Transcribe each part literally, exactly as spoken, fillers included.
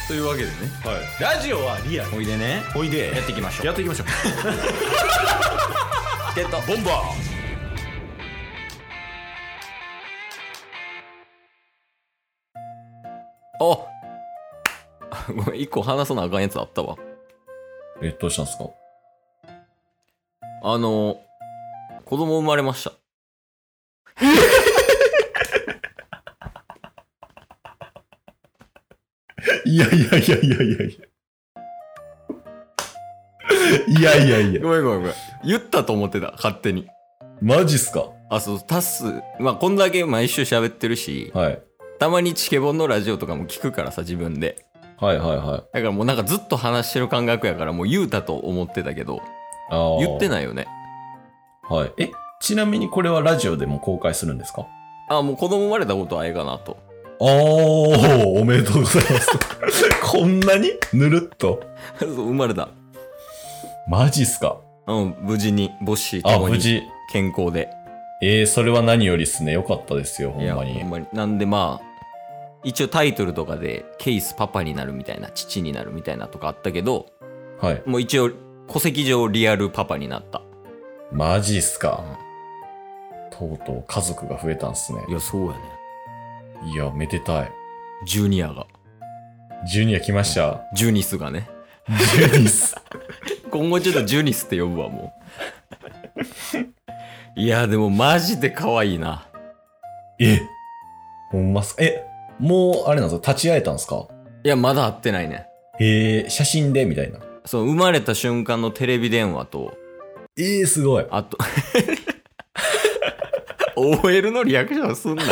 というわけでね、 はい、ラジオはリアル。 おいでね、 おいでやっていきましょう。 やっていきましょうゲットボンバー。 あごめん、一個話さなあかんやつあったわ。 え、どうしたんですか？ あの子供生まれました。 いやいやいやいやいやいやいやいやいやごめんごめんごめん、言ったと思ってた、勝手に。 マジっすか？ あ、そう、タス、まあこんだけ毎週喋ってるし、 はい、たまにチケボンのラジオとかも聞くからさ、自分で。 はいはいはい。 だからもうなんかずっと話してる感覚やから、もう言うたと思ってたけど、 あ言ってないよね。 はい。え、ちなみにこれはラジオでも公開するんですか？ あ、もう子供生まれたことはええかなと。 おー、おめでとうございますこんなにぬるっとそう生まれた。 マジっすか？ うん、無事に母子とあ、 もに無事。 健康で。 えー、それは何よりっすね。よかったですよ、ほんまに。 いや、ほんまに。なんでまあ、一応タイトルとかでケイスパパになるみたいな、父になるみたいなとかあったけど、 はい。 もう一応戸籍上リアルパパになった。 マジっすか？とうとう家族が増えたんすね。 いや、そうやね。 いや、めでたい。 ジュニアが。 ジュニア来ました。 ジュニスがね。 ジュニス。 今後ちょっとジュニスって呼ぶわ、もう。いや、でもマジで可愛いな。 え、ほんますか？え、もう、あれなんですか？立ち会えたんですか？ いや、まだ会ってないね。 へえ、写真でみたいな。 そう、生まれた瞬間のテレビ電話と、 えー、すごい。 あと、オーエル のリアクションすんな。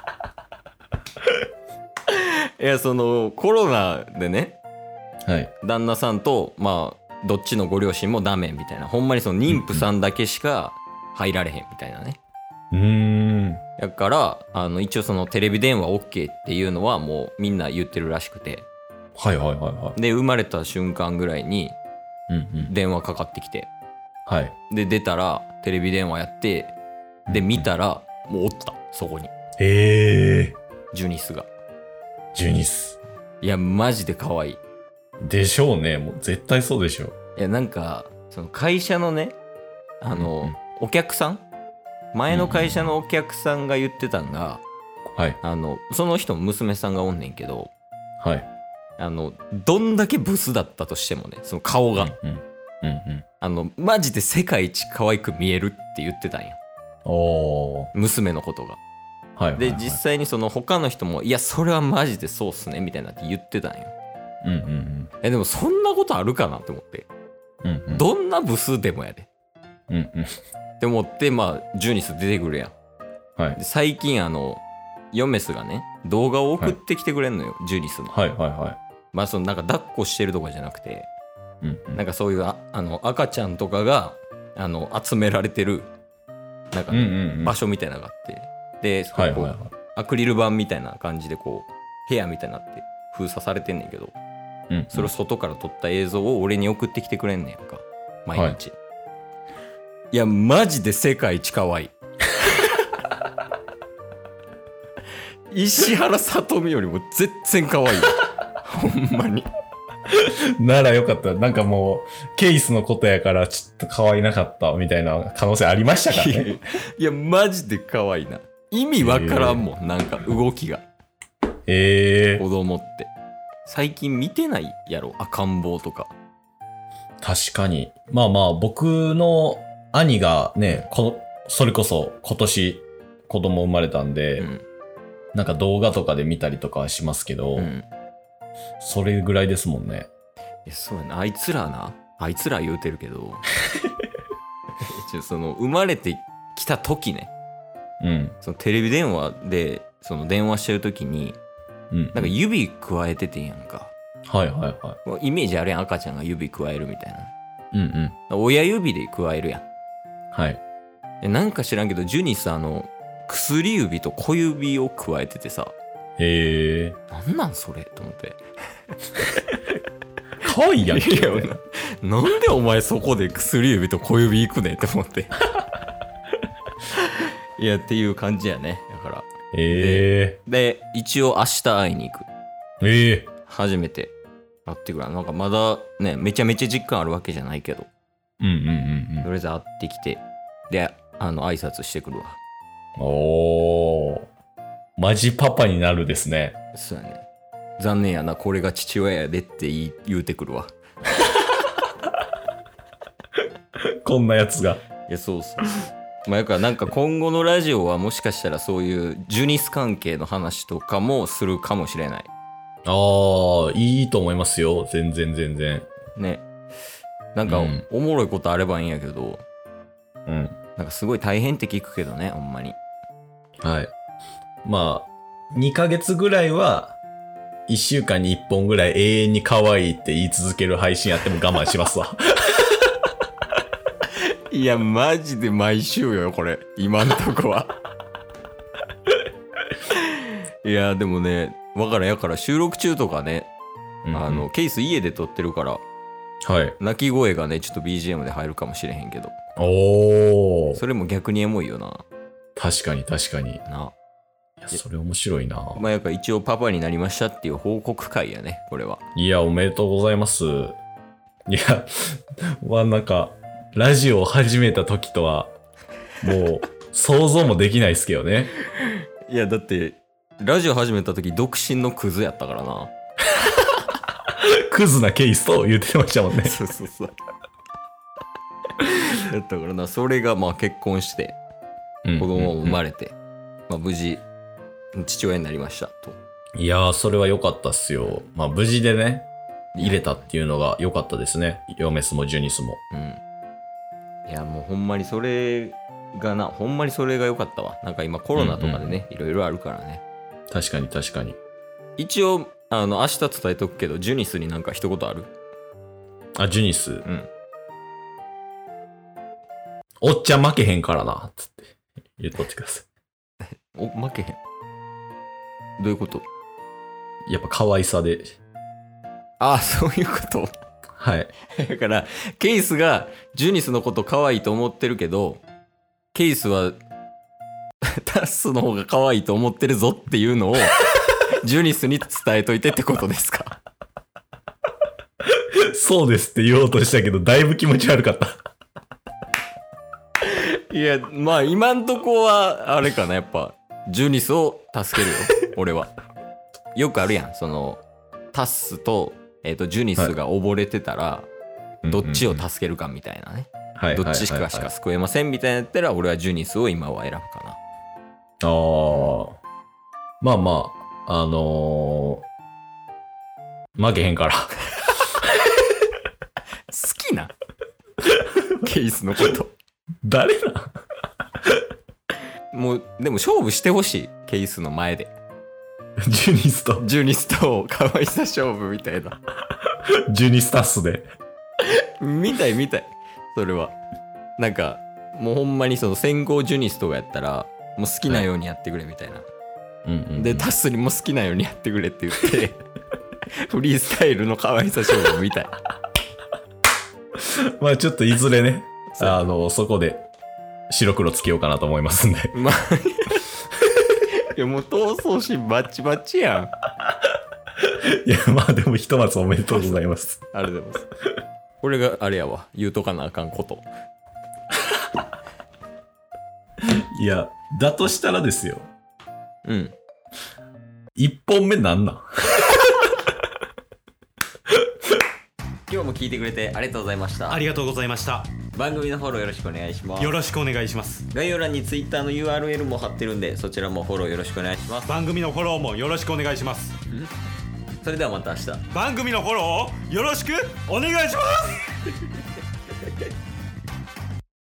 いや、その、コロナでね、 はい。 旦那さんと、まあ、どっちのご両親もダメみたいな、ほんまにその妊婦さんだけしか入られへんみたいなね。 うーん。 だから、あの、一応そのテレビ電話 OK っていうのはもうみんな言ってるらしくて。 はいはいはいはい。 で、生まれた瞬間ぐらいに、 うんうん。 電話かかってきて。 はい。 で、出たら、テレビ電話やって、で、見たら、もうおった、そこに。 へえ。 ジュニスが。 ジュニス。 いや、マジで可愛い。 でしょうね。もう絶対そうでしょう。 いや、なんか、その会社のね、あの、 うんうん、 お客さん前の会社のお客さんが言ってたんが、 はい。 あの、その人も娘さんがおんねんけど、 はい。 あの、どんだけブスだったとしてもね、その顔が、 うんうん。うんうん。 あの、マジで世界一可愛く見えるって言ってたんや。 おー。 娘のことが。 はいはい、はい。 で、実際にその他の人も、いや、それはマジでそうっすね、みたいなって言ってたんよ。 うんうんうん。 え、でもそんなことあるかなって思って。 うんうん。 どんなブスでもやで。 うんうん。 って思って、まあ、ジュニス出てくるやん。 はい。 で最近、あの、ヨメスがね、動画を送ってきてくれんのよ、はい、ジュニスの。 はいはいはい。 まあ、その、なんか抱っこしてるとかじゃなくて、 うんうん、 なんかそういうあ、あの、赤ちゃんとかが、あの、集められてる、なんか、場所みたいなのがあって、で、そこ、はいはいはい、アクリル板みたいな感じで、こう、部屋みたいになって封鎖されてんねんけど、うんうん、それを外から撮った映像を俺に送ってきてくれんねんか、毎日。はい、いや、マジで世界一可愛い。石原さとみよりも全然可愛い。ほんまに。 ならよかった。なんかもう、ケースのことやからちょっと可愛いなかったみたいな可能性ありましたからね。 いや、マジで可愛いな。意味わからんもん、えー、なんか動きが。 えー、 子供って。最近見てないやろ、赤ん坊とか。 確かに。まあまあ、僕の兄がね、こそれこそ今年子供生まれたんで、うん、なんか動画とかで見たりとかはしますけど、うん、それぐらいですもんね。 いや、そうやな。あいつらな。あいつら言うてるけど、その生まれてきた時ね。 うん。 そのテレビ電話でその電話してる時に、うん、なんか指くわえててんやんか。 はいはいはい。 イメージあるやん、赤ちゃんが指くわえるみたいな。 うんうん。 親指でくわえるやん。 はい。 なんか知らんけど、ジュニスあの薬指と小指をくわえててさ。 へえ。 なんなんそれと思って。 かわいいやんけ。 いやな。なんでお前そこで薬指と小指行くねんって思って。いやっていう感じやね。だから。 えー、 で、で一応明日会いに行く。 ええー。 初めて会ってくる。なんかまだねめちゃめちゃ実感あるわけじゃないけど、 うんうんうんうん。 とりあえず会ってきて、であの挨拶してくるわ。 おー、マジパパになるですね。 そうやね。残念やな、これが父親やでって言い言うてくるわ。 こんなやつが。 いやそうそう。まあだからなんか今後のラジオはもしかしたらそういうジュニス関係の話とかもするかもしれない。 ああ、いいと思いますよ。全然全然。 ね。なんかおもろいことあればいいんやけど、 うん。 なんかすごい大変って聞くけどね、ほんまに。 はい。まあ、にかげつぐらいはいっしゅうかんにいっぽんぐらい永遠に可愛いって言い続ける配信やっても我慢しますわ。 いやマジで毎週よこれ今んとこは。いやでもね、わからんやから収録中とかね、うんうん、あのケース家で撮ってるから、はい、鳴き声がねちょっと ビージーエム で入るかもしれへんけど、おー、それも逆にエモいよな。確かに確かにな。いやそれ面白いな。まあやっぱ一応パパになりましたっていう報告会やねこれは。いやおめでとうございます。いやまあなんかラジオを始めた時とはもう想像もできないですけどね。いやだってラジオ始めた時独身のクズやったからな。クズなケースと言ってましたもんね。そうそうそうやったからな。それがまあ結婚して子供も生まれて、うんうんうん、まあ、無事父親になりましたと。いやーそれは良かったっすよ。まあ無事でね入れたっていうのが良かったですね。ヨメスもジュニスも。うん。いやもうほんまにそれがな、ほんまにそれが良かったわ。なんか今コロナとかでね、いろいろあるからね。確かに確かに。一応あの明日伝えとくけど、ジュニスになんか一言ある？あ、ジュニス。うん。おっちゃん負けへんからなつって言っとってください。お、負けへん。どういうこと？やっぱ可愛さで。ああ、そういうこと。はい。だからケイスがジュニスのこと可愛いと思ってるけど、ケイスはタッスの方が可愛いと思ってるぞっていうのをジュニスに伝えといてってことですか？そうですって言おうとしたけどだいぶ気持ち悪かった。いやまあ今んとこはあれかな、やっぱジュニスを助けるよ俺は。よくあるやん、そのタスと、えーと、ジュニスが溺れてたら、はい、どっちを助けるかみたいなね、うんうんうん、どっちしかしか救えませんみたいなやったら俺はジュニスを今は選ぶかな。あー、まあまああのー、負けへんから好きなケイスのこと誰だもうでも勝負してほしい、ケイスの前で。ジュニスとジュニスと可愛さ勝負みたいな。ジュニスタスで見たい見たい。それはなんかもうほんまにその先行ジュニスとかやったらもう好きなようにやってくれみたいな、はい、うんうんうん、でタスにも好きなようにやってくれって言ってフリースタイルの可愛さ勝負みたい。まあちょっといずれね、あのそこで白黒つけようかなと思いますんで。まあいやもう闘争心バッチバッチやん。いやまあでもひとまずおめでとうございます。ありがとうございます。これがあれやわ、言うとかなあかんこと。いやだとしたらですよ。うん。いっぽんめなんなん？今日も聞いてくれてありがとうございました。ありがとうございました。番組のフォローよろしくお願いします。よろしくお願いします。概要欄に Twitter の ユーアールエル も貼ってるんで、そちらもフォローよろしくお願いします。番組のフォローもよろしくお願いします。それではまた明日。番組のフォローをよろしくお願いします。